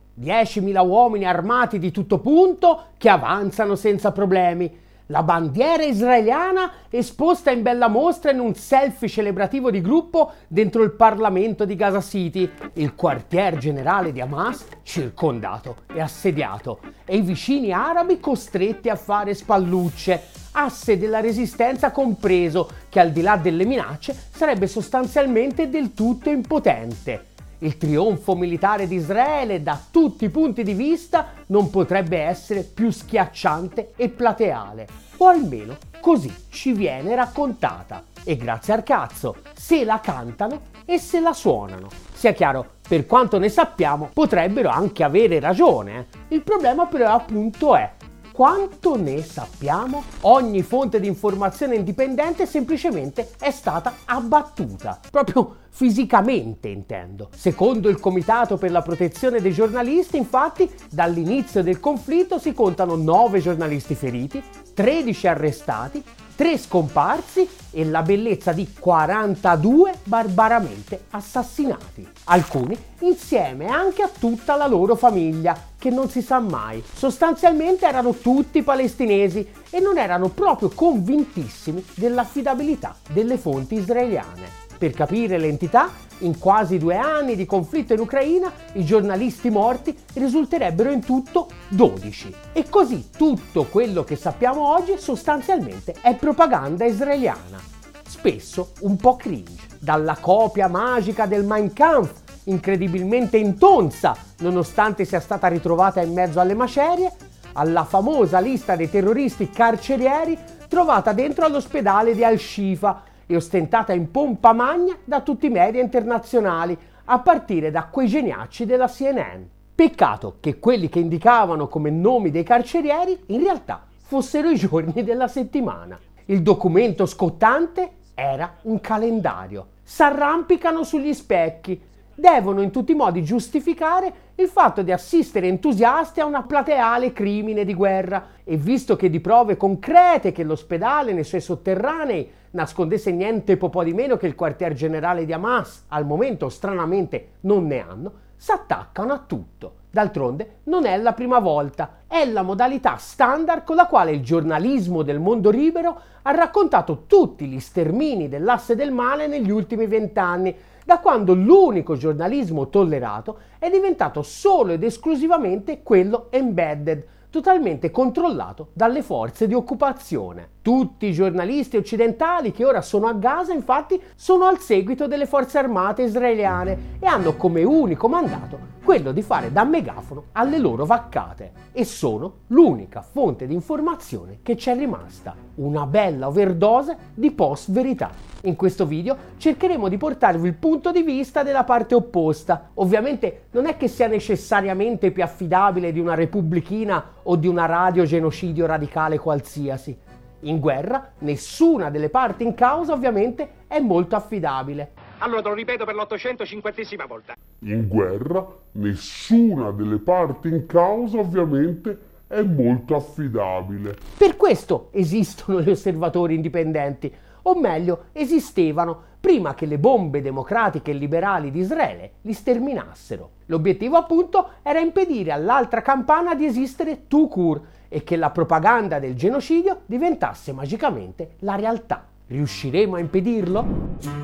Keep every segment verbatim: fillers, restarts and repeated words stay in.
diecimila uomini armati di tutto punto che avanzano senza problemi. La bandiera israeliana esposta in bella mostra in un selfie celebrativo di gruppo dentro il Parlamento di Gaza City, il quartier generale di Hamas circondato e assediato e i vicini arabi costretti a fare spallucce, asse della resistenza compreso che al di là delle minacce sarebbe sostanzialmente del tutto impotente. Il trionfo militare di Israele da tutti i punti di vista non potrebbe essere più schiacciante e plateale, o almeno così ci viene raccontata. E grazie al cazzo, se la cantano e se la suonano. Sia chiaro, per quanto ne sappiamo, potrebbero anche avere ragione. Eh? Il problema però appunto è quanto ne sappiamo? Ogni fonte di informazione indipendente semplicemente è stata abbattuta, proprio fisicamente intendo. Secondo il Comitato per la protezione dei giornalisti, infatti, dall'inizio del conflitto si contano nove giornalisti feriti, tredici arrestati, tre scomparsi e la bellezza di quarantadue barbaramente assassinati. Alcuni insieme anche a tutta la loro famiglia, che non si sa mai. Sostanzialmente erano tutti palestinesi e non erano proprio convintissimi dell'affidabilità delle fonti israeliane. Per capire l'entità, in quasi due anni di conflitto in Ucraina, i giornalisti morti risulterebbero in tutto dodici. E così tutto quello che sappiamo oggi sostanzialmente è propaganda israeliana. Spesso un po' cringe. Dalla copia magica del Mein Kampf, incredibilmente intonsa, nonostante sia stata ritrovata in mezzo alle macerie, alla famosa lista dei terroristi carcerieri trovata dentro all'ospedale di Al-Shifa e ostentata in pompa magna da tutti i media internazionali, a partire da quei geniacci della C N N. Peccato che quelli che indicavano come nomi dei carcerieri in realtà fossero i giorni della settimana. Il documento scottante era un calendario. S'arrampicano sugli specchi. Devono in tutti i modi giustificare il fatto di assistere entusiasti a una plateale crimine di guerra e visto che di prove concrete che l'ospedale nei suoi sotterranei nascondesse niente po' di meno che il quartier generale di Hamas, al momento stranamente non ne hanno, s'attaccano a tutto. D'altronde non è la prima volta, è la modalità standard con la quale il giornalismo del mondo libero ha raccontato tutti gli stermini dell'asse del male negli ultimi vent'anni, da quando l'unico giornalismo tollerato è diventato solo ed esclusivamente quello embedded, totalmente controllato dalle forze di occupazione. Tutti i giornalisti occidentali che ora sono a Gaza, infatti, sono al seguito delle forze armate israeliane e hanno come unico mandato quello di fare da megafono alle loro vaccate. E sono l'unica fonte di informazione che c'è rimasta. Una bella overdose di post-verità. In questo video cercheremo di portarvi il punto di vista della parte opposta. Ovviamente non è che sia necessariamente più affidabile di una repubblichina o di una radio genocidio radicale qualsiasi. In guerra nessuna delle parti in causa ovviamente è molto affidabile. Allora te lo ripeto per l'ottocentocinquantesima volta. In guerra nessuna delle parti in causa ovviamente è molto affidabile. Per questo esistono gli osservatori indipendenti, o meglio esistevano prima che le bombe democratiche e liberali di Israele li sterminassero. L'obiettivo appunto era impedire all'altra campana di esistere tout court e che la propaganda del genocidio diventasse magicamente la realtà. Riusciremo a impedirlo?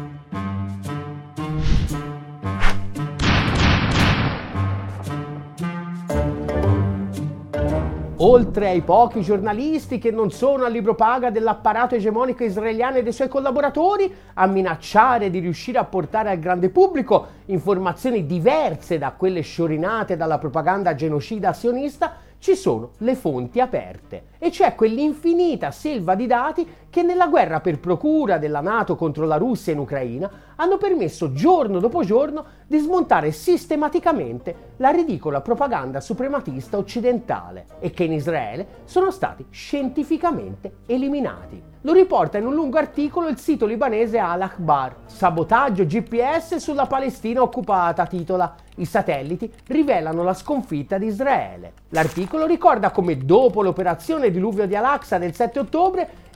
Oltre ai pochi giornalisti che non sono al libro paga dell'apparato egemonico israeliano e dei suoi collaboratori a minacciare di riuscire a portare al grande pubblico informazioni diverse da quelle sciorinate dalla propaganda genocida sionista, ci sono le fonti aperte, e cioè quell'infinita selva di dati che nella guerra per procura della NATO contro la Russia in Ucraina hanno permesso giorno dopo giorno di smontare sistematicamente la ridicola propaganda suprematista occidentale e che in Israele sono stati scientificamente eliminati. Lo riporta in un lungo articolo il sito libanese Al-Akhbar. Sabotaggio G P S sulla Palestina occupata, titola. I satelliti rivelano la sconfitta di Israele. L'articolo ricorda come dopo l'operazione diluvio di Al-Aqsa del sette ottobre Israele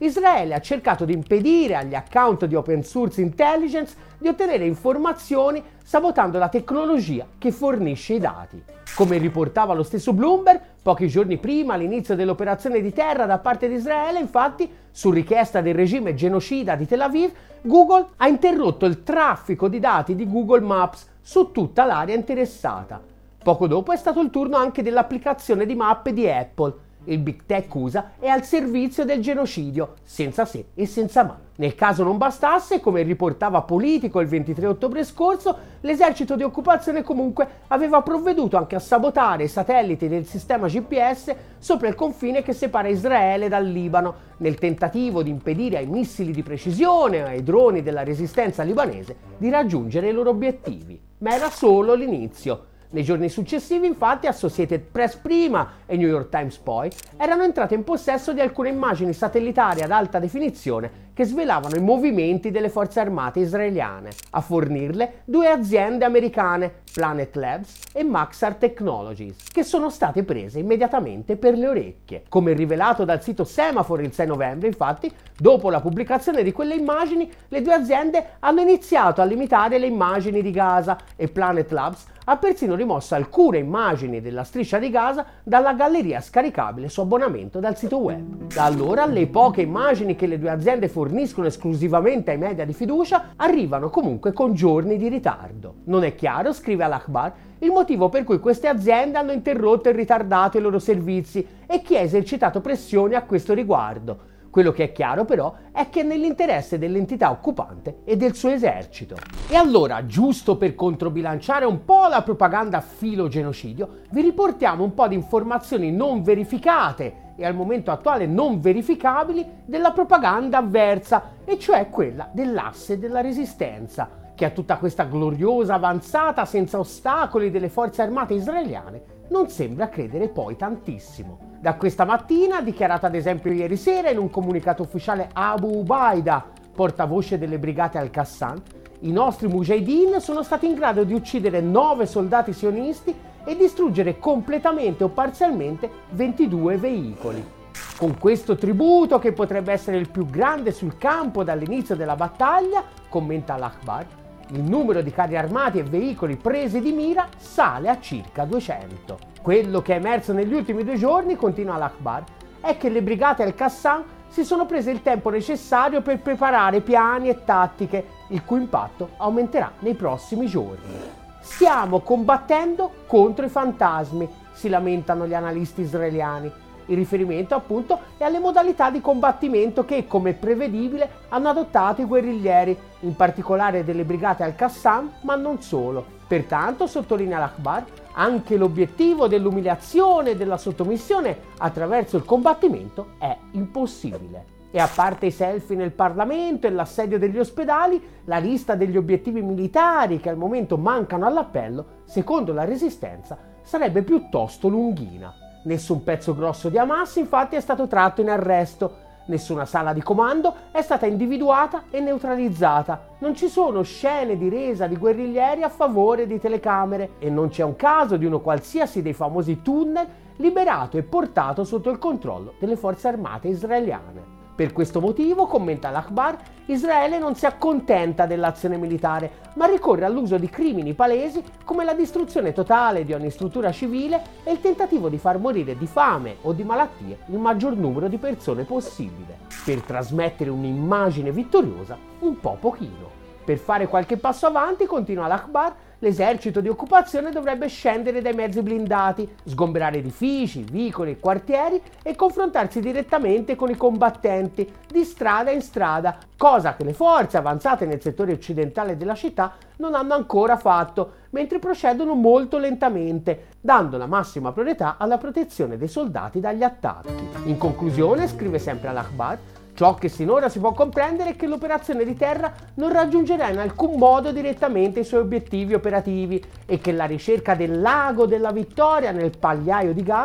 Israele ha cercato di impedire agli account di Open Source Intelligence di ottenere informazioni sabotando la tecnologia che fornisce i dati. Come riportava lo stesso Bloomberg, pochi giorni prima all'inizio dell'operazione di terra da parte di Israele, infatti, su richiesta del regime genocida di Tel Aviv, Google ha interrotto il traffico di dati di Google Maps su tutta l'area interessata. Poco dopo è stato il turno anche dell'applicazione di mappe di Apple. Il Big Tech U S A è al servizio del genocidio, senza se e senza ma. Nel caso non bastasse, come riportava Politico il ventitré ottobre scorso, l'esercito di occupazione comunque aveva provveduto anche a sabotare i satelliti del sistema G P S sopra il confine che separa Israele dal Libano, nel tentativo di impedire ai missili di precisione e ai droni della resistenza libanese di raggiungere i loro obiettivi. Ma era solo l'inizio. Nei giorni successivi, infatti, Associated Press prima e New York Times poi erano entrate in possesso di alcune immagini satellitari ad alta definizione che svelavano i movimenti delle forze armate israeliane. A fornirle due aziende americane, Planet Labs e Maxar Technologies, che sono state prese immediatamente per le orecchie. Come rivelato dal sito Semaphore il sei novembre, infatti, dopo la pubblicazione di quelle immagini, le due aziende hanno iniziato a limitare le immagini di Gaza e Planet Labs ha persino rimosso alcune immagini della striscia di Gaza dalla galleria scaricabile su abbonamento dal sito web. Da allora le poche immagini che le due aziende forniscono esclusivamente ai media di fiducia arrivano comunque con giorni di ritardo. Non è chiaro, scrive Al-Akhbar, il motivo per cui queste aziende hanno interrotto e ritardato i loro servizi e chi ha esercitato pressioni a questo riguardo. Quello che è chiaro però è che è nell'interesse dell'entità occupante e del suo esercito. E allora, giusto per controbilanciare un po' la propaganda filo genocidio, vi riportiamo un po' di informazioni non verificate e al momento attuale non verificabili della propaganda avversa, e cioè quella dell'asse della resistenza, che a tutta questa gloriosa avanzata senza ostacoli delle forze armate israeliane non sembra credere poi tantissimo. Da questa mattina, dichiarato ad esempio ieri sera in un comunicato ufficiale Abu Ubaida, portavoce delle brigate Al-Qassam, i nostri mujahideen sono stati in grado di uccidere nove soldati sionisti e distruggere completamente o parzialmente ventidue veicoli. Con questo tributo, che potrebbe essere il più grande sul campo dall'inizio della battaglia, commenta Al-Akhbar, il numero di carri armati e veicoli presi di mira sale a circa duecento. Quello che è emerso negli ultimi due giorni, continua Al-Akhbar, è che le brigate Al-Qassam si sono prese il tempo necessario per preparare piani e tattiche, il cui impatto aumenterà nei prossimi giorni. Stiamo combattendo contro i fantasmi, si lamentano gli analisti israeliani. Il riferimento appunto è alle modalità di combattimento che, come prevedibile, hanno adottato i guerriglieri, in particolare delle brigate Al-Qassam, ma non solo. Pertanto, sottolinea l'Akhbar, anche l'obiettivo dell'umiliazione e della sottomissione attraverso il combattimento è impossibile. E a parte i selfie nel Parlamento e l'assedio degli ospedali, la lista degli obiettivi militari che al momento mancano all'appello, secondo la Resistenza, sarebbe piuttosto lunghina. Nessun pezzo grosso di Hamas infatti è stato tratto in arresto, nessuna sala di comando è stata individuata e neutralizzata, non ci sono scene di resa di guerriglieri a favore di telecamere e non c'è un caso di uno qualsiasi dei famosi tunnel liberato e portato sotto il controllo delle forze armate israeliane. Per questo motivo, commenta l'Akhbar, Israele non si accontenta dell'azione militare, ma ricorre all'uso di crimini palesi come la distruzione totale di ogni struttura civile e il tentativo di far morire di fame o di malattie il maggior numero di persone possibile, per trasmettere un'immagine vittoriosa un po' pochino. Per fare qualche passo avanti, continua l'Akhbar, l'esercito di occupazione dovrebbe scendere dai mezzi blindati, sgomberare edifici, vicoli e quartieri e confrontarsi direttamente con i combattenti di strada in strada, cosa che le forze avanzate nel settore occidentale della città non hanno ancora fatto, mentre procedono molto lentamente, dando la massima priorità alla protezione dei soldati dagli attacchi. In conclusione, scrive sempre all'Akhbar, ciò che sinora si può comprendere è che l'operazione di terra non raggiungerà in alcun modo direttamente i suoi obiettivi operativi e che la ricerca del lago della vittoria nel pagliaio di Gaza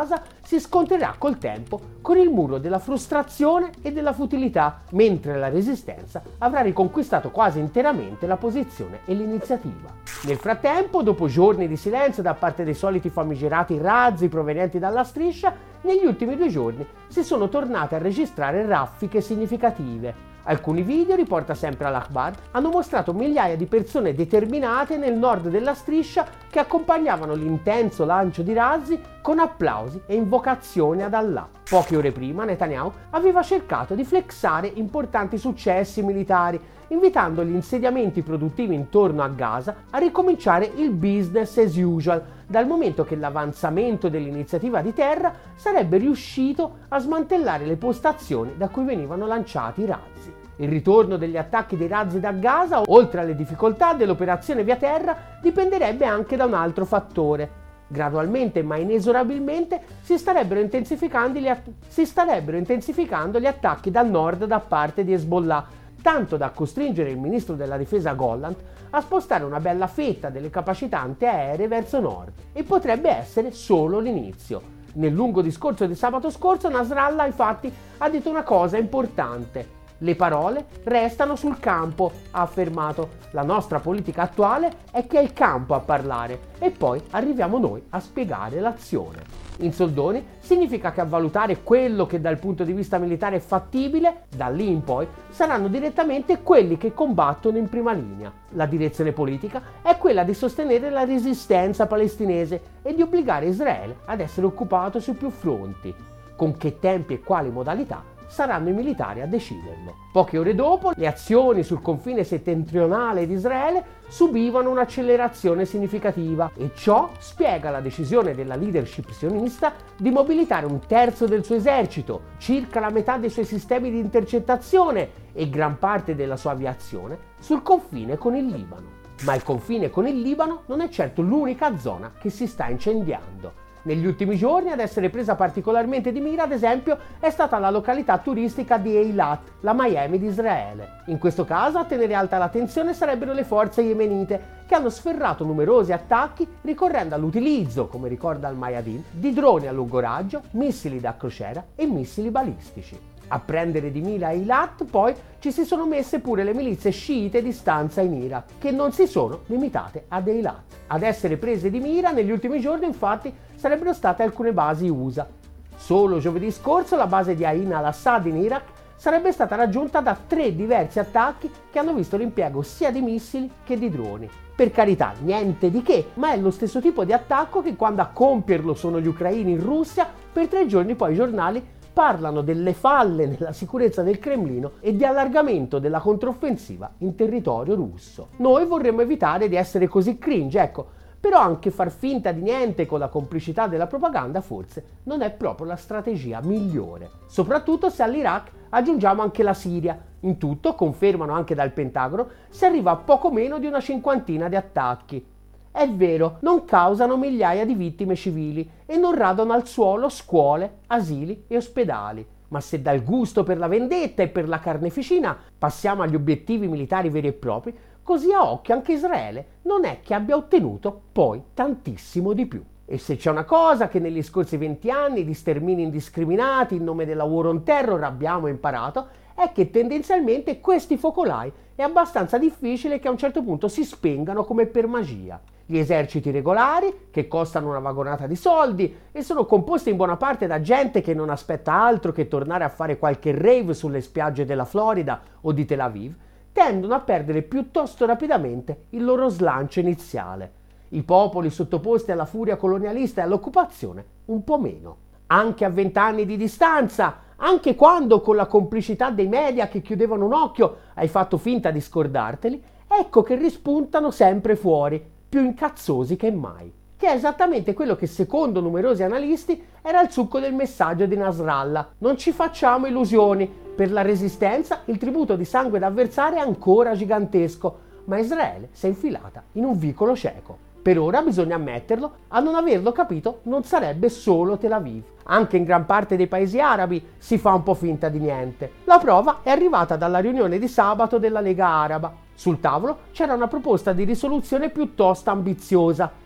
si scontrerà col tempo con il muro della frustrazione e della futilità, mentre la resistenza avrà riconquistato quasi interamente la posizione e l'iniziativa. Nel frattempo, dopo giorni di silenzio da parte dei soliti famigerati razzi provenienti dalla striscia, negli ultimi due giorni si sono tornate a registrare raffiche significative. Alcuni video, riporta sempre Al-Akhbar, hanno mostrato migliaia di persone determinate nel nord della striscia che accompagnavano l'intenso lancio di razzi con applausi e invocazioni ad Allah. Poche ore prima Netanyahu aveva cercato di flexare importanti successi militari, invitando gli insediamenti produttivi intorno a Gaza a ricominciare il business as usual, dal momento che l'avanzamento dell'iniziativa di terra sarebbe riuscito a smantellare le postazioni da cui venivano lanciati i razzi. Il ritorno degli attacchi dei razzi da Gaza, oltre alle difficoltà dell'operazione via terra, dipenderebbe anche da un altro fattore. Gradualmente ma inesorabilmente si starebbero intensificando gli, att- si starebbero intensificando gli attacchi dal nord da parte di Hezbollah, tanto da costringere il ministro della difesa Gallant a spostare una bella fetta delle capacità antiaeree verso nord. E potrebbe essere solo l'inizio. Nel lungo discorso di sabato scorso Nasrallah infatti ha detto una cosa importante. Le parole restano sul campo, ha affermato. La nostra politica attuale è che è il campo a parlare e poi arriviamo noi a spiegare l'azione. In soldoni significa che a valutare quello che dal punto di vista militare è fattibile, da lì in poi saranno direttamente quelli che combattono in prima linea. La direzione politica è quella di sostenere la resistenza palestinese e di obbligare Israele ad essere occupato su più fronti. Con che tempi e quali modalità saranno i militari a deciderlo. Poche ore dopo, le azioni sul confine settentrionale di Israele subivano un'accelerazione significativa e ciò spiega la decisione della leadership sionista di mobilitare un terzo del suo esercito, circa la metà dei suoi sistemi di intercettazione e gran parte della sua aviazione sul confine con il Libano. Ma il confine con il Libano non è certo l'unica zona che si sta incendiando. Negli ultimi giorni ad essere presa particolarmente di mira, ad esempio, è stata la località turistica di Eilat, la Miami di Israele. In questo caso a tenere alta l'attenzione sarebbero le forze yemenite, che hanno sferrato numerosi attacchi ricorrendo all'utilizzo, come ricorda il Mayadeen, di droni a lungo raggio, missili da crociera e missili balistici. A prendere di mira Eilat poi ci si sono messe pure le milizie sciite di stanza in Iraq, che non si sono limitate ad Eilat. Ad essere prese di mira negli ultimi giorni infatti sarebbero state alcune basi U S A. Solo giovedì scorso la base di Ain al-Assad in Iraq sarebbe stata raggiunta da tre diversi attacchi che hanno visto l'impiego sia di missili che di droni. Per carità, niente di che, ma è lo stesso tipo di attacco che quando a compierlo sono gli ucraini in Russia, per tre giorni poi i giornali parlano delle falle nella sicurezza del Cremlino e di allargamento della controffensiva in territorio russo. Noi vorremmo evitare di essere così cringe, ecco, però anche far finta di niente con la complicità della propaganda forse non è proprio la strategia migliore. Soprattutto se all'Iraq aggiungiamo anche la Siria. In tutto, confermano anche dal Pentagono, si arriva a poco meno di una cinquantina di attacchi. È vero, non causano migliaia di vittime civili e non radono al suolo scuole, asili e ospedali. Ma se dal gusto per la vendetta e per la carneficina passiamo agli obiettivi militari veri e propri, così a occhio anche Israele non è che abbia ottenuto poi tantissimo di più. E se c'è una cosa che negli scorsi venti anni di stermini indiscriminati in nome della War on Terror abbiamo imparato, è che tendenzialmente questi focolai è abbastanza difficile che a un certo punto si spengano come per magia. Gli eserciti regolari, che costano una vagonata di soldi e sono composti in buona parte da gente che non aspetta altro che tornare a fare qualche rave sulle spiagge della Florida o di Tel Aviv, tendono a perdere piuttosto rapidamente il loro slancio iniziale. I popoli sottoposti alla furia colonialista e all'occupazione un po' meno. Anche a vent'anni di distanza, anche quando con la complicità dei media che chiudevano un occhio hai fatto finta di scordarteli, ecco che rispuntano sempre fuori, più incazzosi che mai. Che è esattamente quello che secondo numerosi analisti era il succo del messaggio di Nasrallah. Non ci facciamo illusioni, per la resistenza il tributo di sangue da avversare è ancora gigantesco, ma Israele si è infilata in un vicolo cieco. Per ora, bisogna ammetterlo, a non averlo capito non sarebbe solo Tel Aviv. Anche in gran parte dei paesi arabi si fa un po' finta di niente. La prova è arrivata dalla riunione di sabato della Lega Araba. Sul tavolo c'era una proposta di risoluzione piuttosto ambiziosa.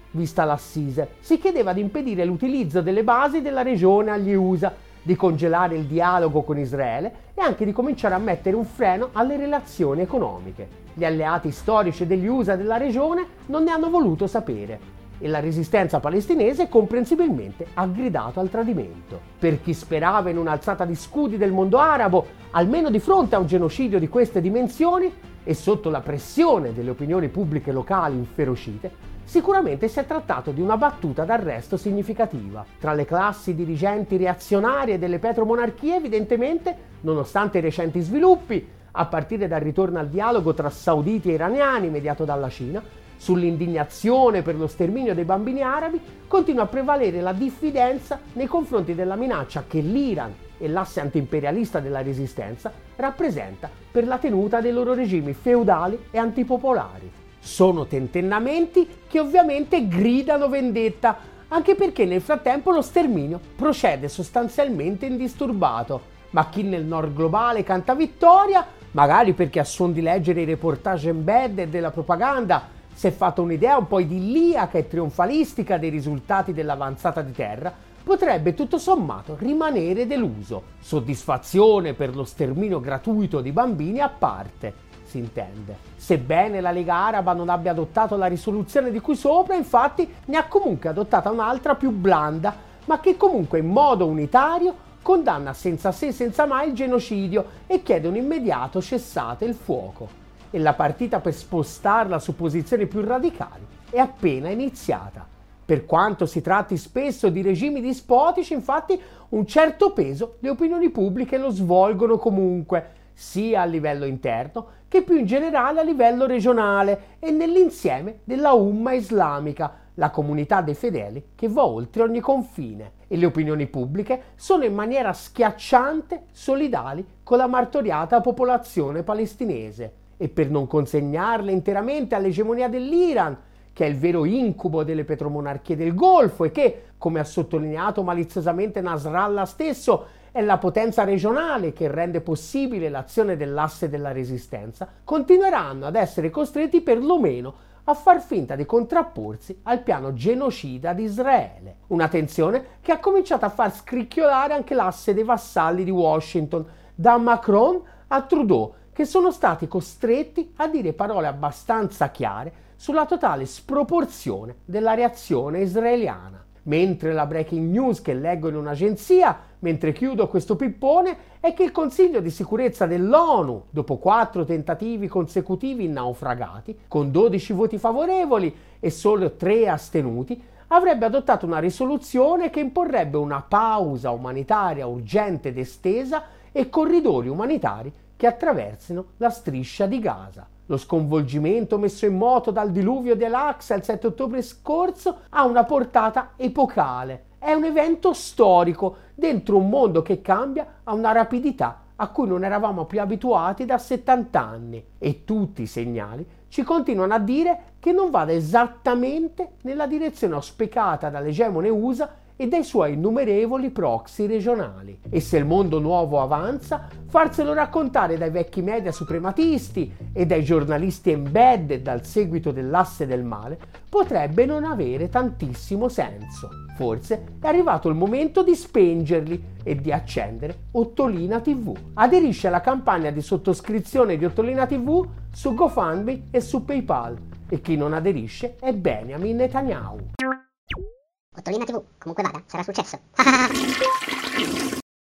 vista l'assise. Si chiedeva di impedire l'utilizzo delle basi della regione agli U S A, di congelare il dialogo con Israele e anche di cominciare a mettere un freno alle relazioni economiche. Gli alleati storici degli U S A della regione non ne hanno voluto sapere e la resistenza palestinese comprensibilmente ha gridato al tradimento. Per chi sperava in un'alzata di scudi del mondo arabo, almeno di fronte a un genocidio di queste dimensioni e sotto la pressione delle opinioni pubbliche locali inferocite, sicuramente si è trattato di una battuta d'arresto significativa. Tra le classi dirigenti reazionarie delle petromonarchie, evidentemente, nonostante i recenti sviluppi, a partire dal ritorno al dialogo tra sauditi e iraniani mediato dalla Cina, sull'indignazione per lo sterminio dei bambini arabi, continua a prevalere la diffidenza nei confronti della minaccia che l'Iran e l'asse antiimperialista della resistenza rappresenta per la tenuta dei loro regimi feudali e antipopolari. Sono tentennamenti che ovviamente gridano vendetta, anche perché nel frattempo lo sterminio procede sostanzialmente indisturbato. Ma chi nel nord globale canta vittoria, magari perché a suon di leggere i reportage embedded della propaganda si è fatto un'idea un po' idilliaca e trionfalistica dei risultati dell'avanzata di terra, potrebbe tutto sommato rimanere deluso. Soddisfazione per lo sterminio gratuito di bambini a parte, si intende. Sebbene la Lega Araba non abbia adottato la risoluzione di cui sopra, infatti ne ha comunque adottata un'altra più blanda, ma che comunque in modo unitario condanna senza se senza mai il genocidio e chiede un immediato cessate il fuoco. E la partita per spostarla su posizioni più radicali è appena iniziata. Per quanto si tratti spesso di regimi dispotici, infatti, un certo peso le opinioni pubbliche lo svolgono comunque, sia a livello interno che più in generale a livello regionale e nell'insieme della umma islamica, la comunità dei fedeli che va oltre ogni confine. E le opinioni pubbliche sono in maniera schiacciante solidali con la martoriata popolazione palestinese. E per non consegnarle interamente all'egemonia dell'Iran, che è il vero incubo delle petromonarchie del Golfo e che, come ha sottolineato maliziosamente Nasrallah stesso, è la potenza regionale che rende possibile l'azione dell'asse della resistenza, continueranno ad essere costretti perlomeno a far finta di contrapporsi al piano genocida di Israele. Una tensione che ha cominciato a far scricchiolare anche l'asse dei vassalli di Washington, da Macron a Trudeau, che sono stati costretti a dire parole abbastanza chiare sulla totale sproporzione della reazione israeliana. Mentre la breaking news che leggo in un'agenzia, mentre chiudo questo pippone, è che il Consiglio di sicurezza dell'ONU, dopo quattro tentativi consecutivi naufragati, con dodici voti favorevoli e solo tre astenuti, avrebbe adottato una risoluzione che imporrebbe una pausa umanitaria urgente ed estesa e corridoi umanitari che attraversino la striscia di Gaza. Lo sconvolgimento messo in moto dal diluvio di Al-Aqsa il sette ottobre scorso ha una portata epocale. È un evento storico dentro un mondo che cambia a una rapidità a cui non eravamo più abituati da settanta anni e tutti i segnali ci continuano a dire che non vada esattamente nella direzione auspicata dall'egemone U S A e dai suoi innumerevoli proxy regionali. E se il mondo nuovo avanza, farselo raccontare dai vecchi media suprematisti e dai giornalisti embedded dal seguito dell'asse del male potrebbe non avere tantissimo senso. Forse è arrivato il momento di spengerli e di accendere Ottolina tivù. Aderisce alla campagna di sottoscrizione di Ottolina tivù su GoFundMe e su PayPal e chi non aderisce è Benjamin Netanyahu. Ottolina tivù, comunque vada, sarà successo.